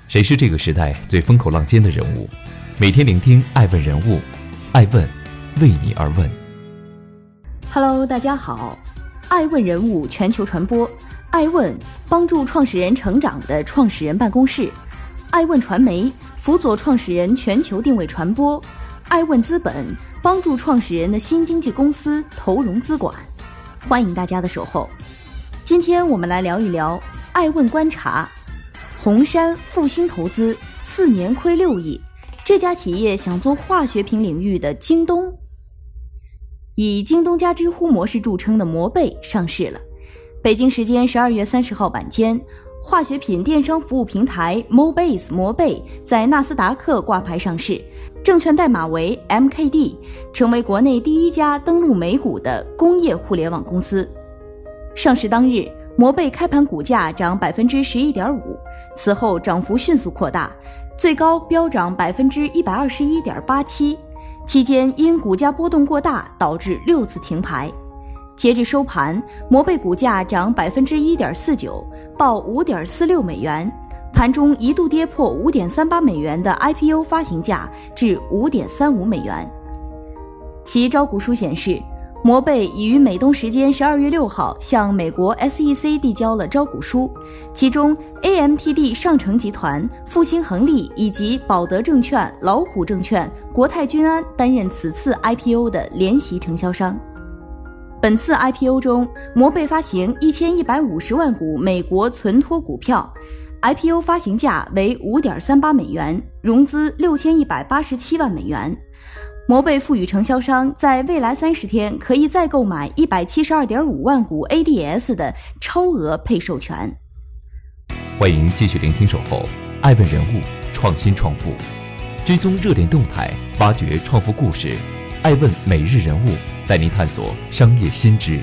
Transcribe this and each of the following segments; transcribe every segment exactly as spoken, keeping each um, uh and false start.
谁是这个时代最风口浪尖的人物？每天聆听爱问人物，爱问为你而问。 Hello， 大家好，爱问人物全球传播，爱问帮助创始人成长的创始人办公室，爱问传媒辅佐创始人全球定位传播，爱问资本帮助创始人的新经纪公司投融资管。欢迎大家的守候。今天我们来聊一聊爱问观察，红杉复兴投资四年亏六亿，这家企业想做化学品领域的京东。以京东加知乎模式著称的摩贝上市了。北京时间十二月三十号晚间，化学品电商服务平台 Mobase 摩贝在纳斯达克挂牌上市，证券代码为 M K D， 成为国内第一家登陆美股的工业互联网公司。上市当日，摩贝开盘股价涨 百分之十一点五， 此后涨幅迅速扩大，最高飙涨 百分之一百二十一点八七， 期间因股价波动过大导致六次停牌。截至收盘，摩贝股价涨 百分之一点四九， 报 五点四六美元，盘中一度跌破 五点三八美元的 I P O 发行价至 五点三五美元。其招股书显示，摩贝已于美东时间十二月六号向美国 S E C 递交了招股书，其中 A M T D 上城集团、复兴恒利以及保德证券、老虎证券、国泰君安担任此次 I P O 的联席承销商。本次 I P O 中，摩贝发行一千一百五十万股美国存托股票， I P O 发行价为 五点三八美元，融资六千一百八十七万美元。摩贝赋予承销商在未来三十天可以再购买 一百七十二点五万股 A D S 的超额配售权。 欢迎继续聆听守候爱问人物，创新创富，追踪热点动态，挖掘创富故事。爱问每日人物带您探索商业新知。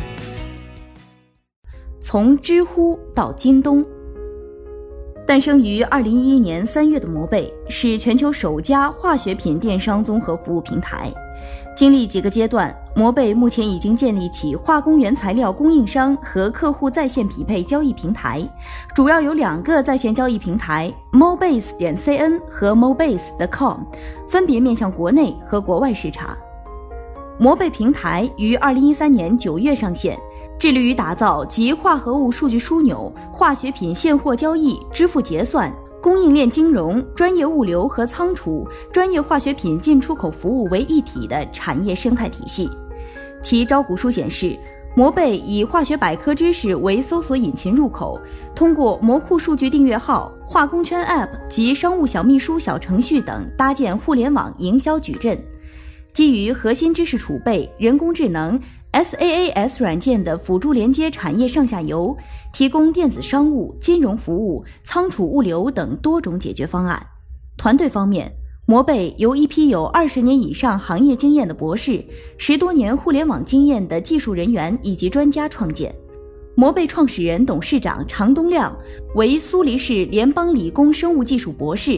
从知乎到京东。诞生于二零一一年三月的摩贝是全球首家化学品电商综合服务平台。经历几个阶段，摩贝目前已经建立起化工原材料供应商和客户在线匹配交易平台，主要有两个在线交易平台 Mobase 点 C N 和 Mobase 点 com， 分别面向国内和国外市场。摩贝平台于二零一三年九月上线，致力于打造集化合物数据枢纽、化学品现货交易、支付结算、供应链金融、专业物流和仓储、专业化学品进出口服务为一体的产业生态体系。其招股书显示，摩贝以化学百科知识为搜索引擎入口，通过模库数据订阅号、化工圈 App 及商务小秘书小程序等搭建互联网营销矩阵，基于核心知识储备、人工智能、S A A S 软件的辅助连接产业上下游，提供电子商务、金融服务、仓储物流等多种解决方案。团队方面，摩贝由一批有二十年以上行业经验的博士、十多年互联网经验的技术人员以及专家创建。摩贝创始人、董事长常东亮为苏黎世联邦理工生物技术博士，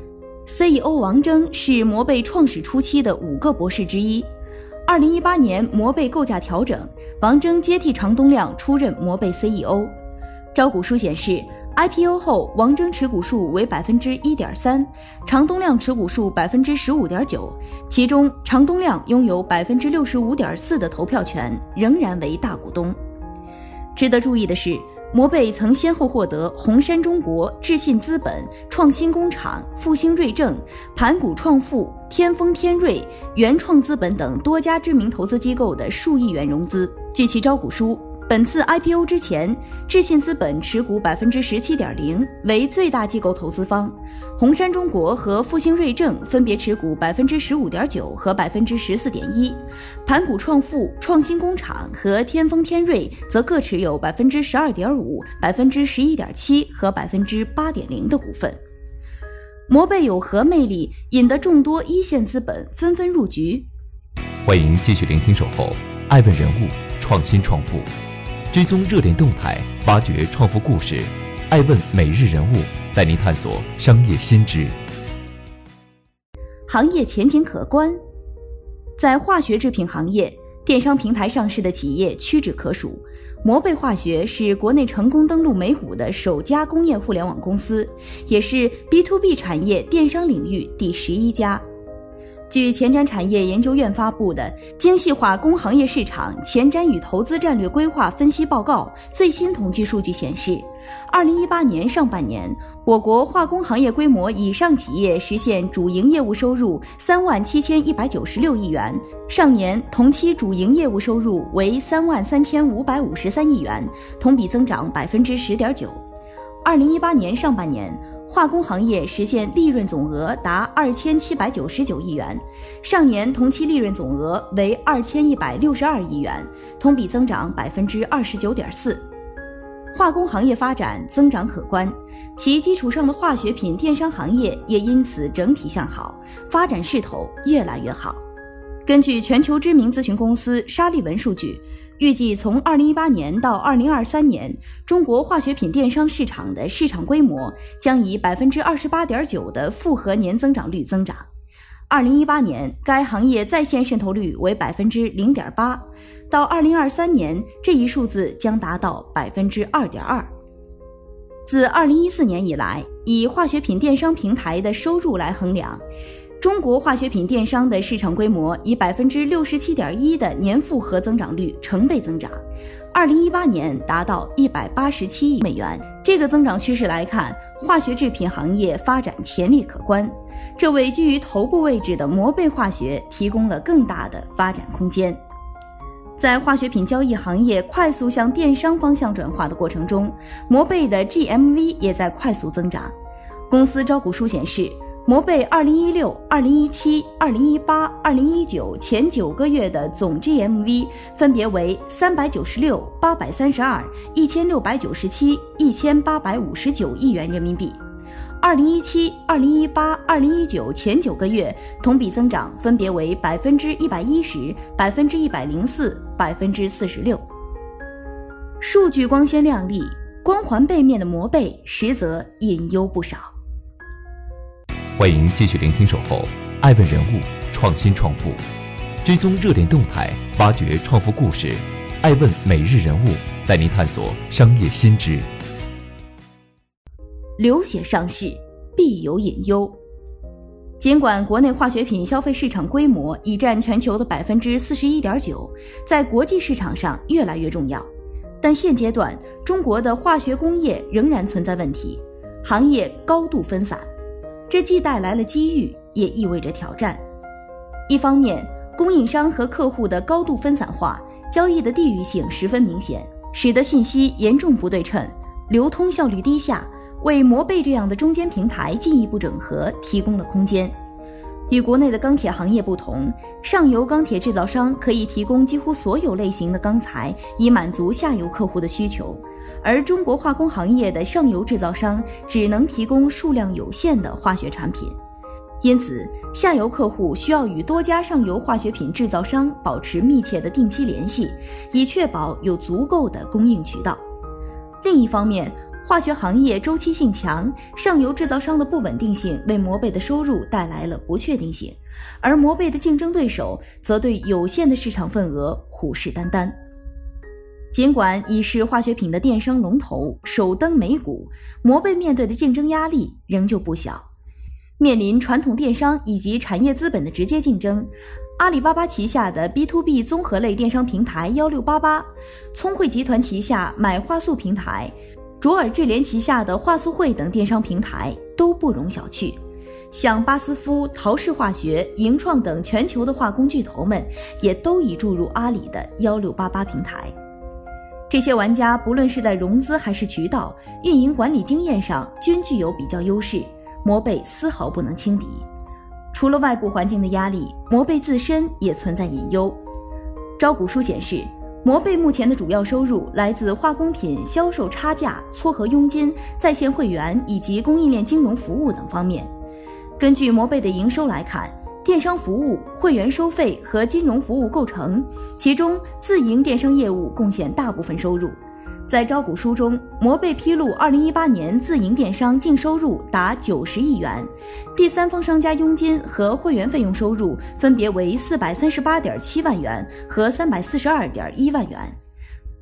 C E O 王峥是摩贝创始初期的五个博士之一。二零一八年摩贝构架调整，王峥接替常东亮出任摩贝 C E O。 招股书显示， I P O 后王峥持股数为 百分之一点三， 常东亮持股数 百分之十五点九， 其中常东亮拥有 百分之六十五点四 的投票权，仍然为大股东。值得注意的是，摩贝曾先后获得红杉中国、智信资本、创新工厂、复兴瑞正、盘古创富、天风天瑞、原创资本等多家知名投资机构的数亿元融资。据其招股书，本次 I P O 之前，智信资本持股 百分之十七点零， 为最大机构投资方，红杉中国和复兴瑞正分别持股 百分之十五点九 和 百分之十四点一， 盘古创富、创新工厂和天风天瑞则各持有 百分之十二点五、百分之十一点七 和 百分之八点零 的股份。摩贝有何魅力，引得众多一线资本纷纷入局？ 欢迎继续聆听守候爱问人物，创新创富，追踪热点动态，挖掘创富故事。爱问每日人物带您探索商业新知。 行业前景可观。在化学制品行业，电商平台上市的企业屈指可数。 摩贝化学是国内成功登陆美股的首家工业互联网公司，也是 B to B 产业电商领域第十一家。据前瞻产业研究院发布的《精细化工行业市场前瞻与投资战略规划分析报告》最新统计数据显示，二零一八年上半年，我国化工行业规模以上企业实现主营业务收入三万七千一百九十六亿元，上年同期主营业务收入为三万三千五百五十三亿元，同比增长百分之十点九。二零一八年上半年，化工行业实现利润总额达二千七百九十九亿元，上年同期利润总额为二千一百六十二亿元，同比增长百分之二十九点四。化工行业发展增长可观，其基础上的化学品电商行业也因此整体向好，发展势头越来越好。根据全球知名咨询公司沙利文数据，预计从二零一八年到二零二三年，中国化学品电商市场的市场规模将以百分之二十八点九的复合年增长率增长。二零一八年，该行业在线渗透率为百分之零点八，到二零二三年，这一数字将达到百分之二点二。自二零一四年以来，以化学品电商平台的收入来衡量，中国化学品电商的市场规模以百分之六十七点一的年复合增长率成倍增长，二零一八年达到一百八十七亿美元。这个增长趋势来看，化学制品行业发展潜力可观，这为居于头部位置的摩贝化学提供了更大的发展空间。在化学品交易行业快速向电商方向转化的过程中，摩贝的 G M V 也在快速增长。公司招股书显示，摩贝二零一六、二零一七、二零一八、二零一九前九个月的总 G M V 分别为三百九十六、八百三十二、一千六百九十七、一千八百五十九亿元人民币。二零一七、二零一八、二零一九前九个月同比增长分别为百分之一百一十、百分之一百零四、百分之四十六。数据光鲜亮丽，光环背面的摩贝实则隐忧不少。 欢迎继续聆听守候爱问人物，创新创富，追踪热点动态，挖掘创富故事。爱问每日人物带您探索商业新知。 流血上市必有隐忧。尽管国内化学品消费市场规模已占全球的百分之四十一点九，在国际市场上越来越重要，但现阶段中国的化学工业仍然存在问题，行业高度分散，这既带来了机遇，也意味着挑战。一方面，供应商和客户的高度分散化，交易的地域性十分明显，使得信息严重不对称，流通效率低下，为摩贝这样的中间平台进一步整合提供了空间。与国内的钢铁行业不同，上游钢铁制造商可以提供几乎所有类型的钢材，以满足下游客户的需求，而中国化工行业的上游制造商只能提供数量有限的化学产品，因此下游客户需要与多家上游化学品制造商保持密切的定期联系，以确保有足够的供应渠道。另一方面，化学行业周期性强，上游制造商的不稳定性为摩贝的收入带来了不确定性，而摩贝的竞争对手则对有限的市场份额虎视眈眈。尽管已是化学品的电商龙头，首登美股，摩贝面对的竞争压力仍旧不小。面临传统电商以及产业资本的直接竞争，阿里巴巴旗下的 B to B 综合类电商平台一六八八，聪汇集团旗下买化素平台，卓尔智联旗下的化素汇等电商平台都不容小觑。像巴斯夫、陶氏化学、盈创等全球的化工巨头们也都已注入阿里的一六八八平台。这些玩家不论是在融资还是渠道、运营管理经验上均具有比较优势，摩贝丝毫不能轻敌。除了外部环境的压力，摩贝自身也存在隐忧。招股书显示，摩贝目前的主要收入来自化工品销售差价、撮合佣金、在线会员以及供应链金融服务等方面。根据摩贝的营收来看，电商服务、会员收费和金融服务构成，其中自营电商业务贡献大部分收入。在招股书中，摩贝披露二零一八年自营电商净收入达九十亿元，第三方商家佣金和会员费用收入分别为四百三十八点七万元和三百四十二点一万元。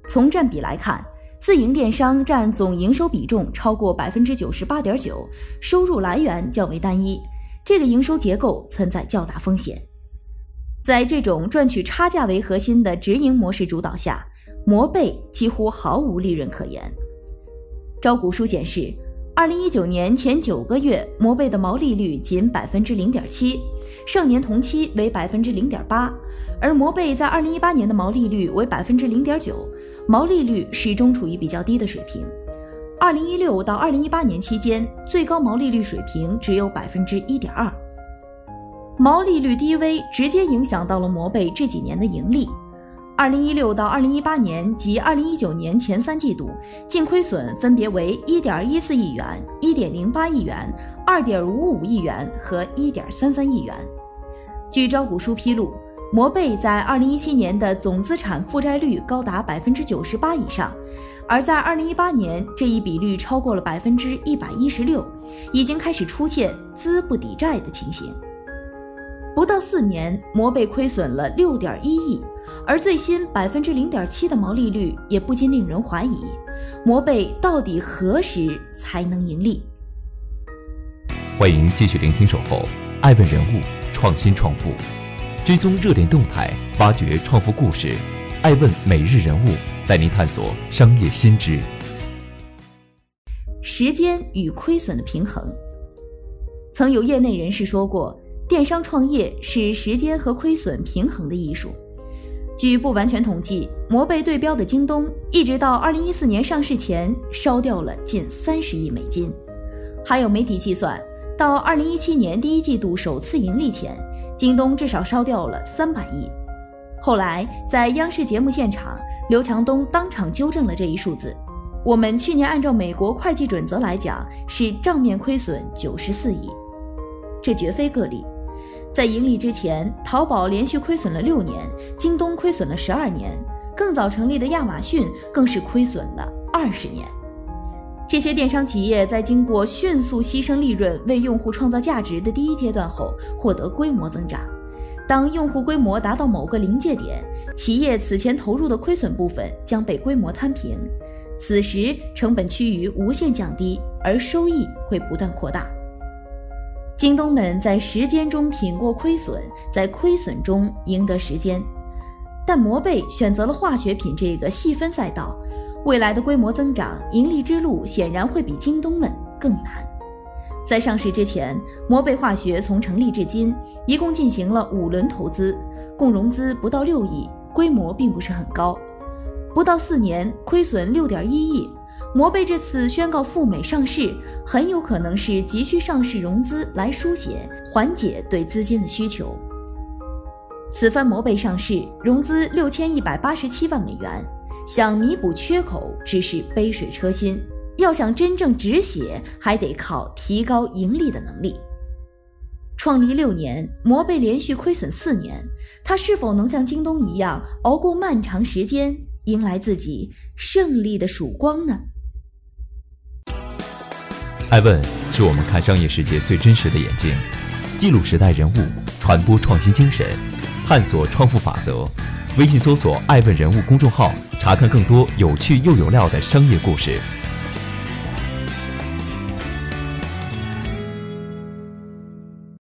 从占比来看，自营电商占总营收比重超过 百分之九十八点九， 收入来源较为单一，这个营收结构存在较大风险。在这种赚取差价为核心的直营模式主导下，摩贝几乎毫无利润可言。招股书显示，二零一九年前九个月，摩贝的毛利率仅 百分之零点七， 上年同期为 百分之零点八， 而摩贝在二零一八年的毛利率为 百分之零点九， 毛利率始终处于比较低的水平。二零一六到二零一八年期间，最高毛利率水平只有 百分之一点二。 毛利率低微直接影响到了摩贝这几年的盈利。二零一六到二零一八年及二零一九年前三季度，净亏损分别为 一点一四亿元、一点零八亿元、二点五五亿元和 一点三三亿元。据招股书披露，摩贝在二零一七年的总资产负债率高达 百分之九十八以上，而在二零一八年这一比率超过了 百分之一百一十六， 已经开始出现资不抵债的情形。不到四年，摩贝亏损了 六点一亿，而最新 百分之零点七 的毛利率也不禁令人怀疑，摩贝到底何时才能盈利？ 欢迎继续聆听守候爱问人物，创新创富，追踪热点动态，挖掘创富故事。爱问每日人物带您探索商业新知。 时间与亏损的平衡。曾有业内人士说过，电商创业是时间和亏损平衡的艺术。据不完全统计，摩贝对标的京东一直到二零一四年上市前烧掉了近三十亿美金。还有媒体计算，到二零一七年第一季度首次盈利前，京东至少烧掉了三百亿。后来在央视节目现场，刘强东当场纠正了这一数字。我们去年按照美国会计准则来讲，是账面亏损九十四亿。这绝非个例。在盈利之前，淘宝连续亏损了六年，京东亏损了十二年，更早成立的亚马逊更是亏损了二十年。这些电商企业在经过迅速牺牲利润为用户创造价值的第一阶段后，获得规模增长。当用户规模达到某个临界点，企业此前投入的亏损部分将被规模摊平，此时成本趋于无限降低，而收益会不断扩大。京东们在时间中挺过亏损，在亏损中赢得时间。但摩贝选择了化学品这个细分赛道，未来的规模增长、盈利之路显然会比京东们更难。在上市之前，摩贝化学从成立至今，一共进行了五轮投资，共融资不到六亿，规模并不是很高。不到四年，亏损 六点一亿。摩贝这次宣告赴美上市，很有可能是急需上市融资来书写、缓解对资金的需求。此番摩贝上市，融资六千一百八十七万美元，想弥补缺口只是杯水车薪，要想真正止血，还得靠提高盈利的能力。创立六年，摩贝连续亏损四年，它是否能像京东一样熬过漫长时间，迎来自己胜利的曙光呢？ 爱问是我们看商业世界最真实的眼睛，记录时代人物，传播创新精神，探索创富法则。微信搜索爱问人物公众号，查看更多有趣又有料的商业故事。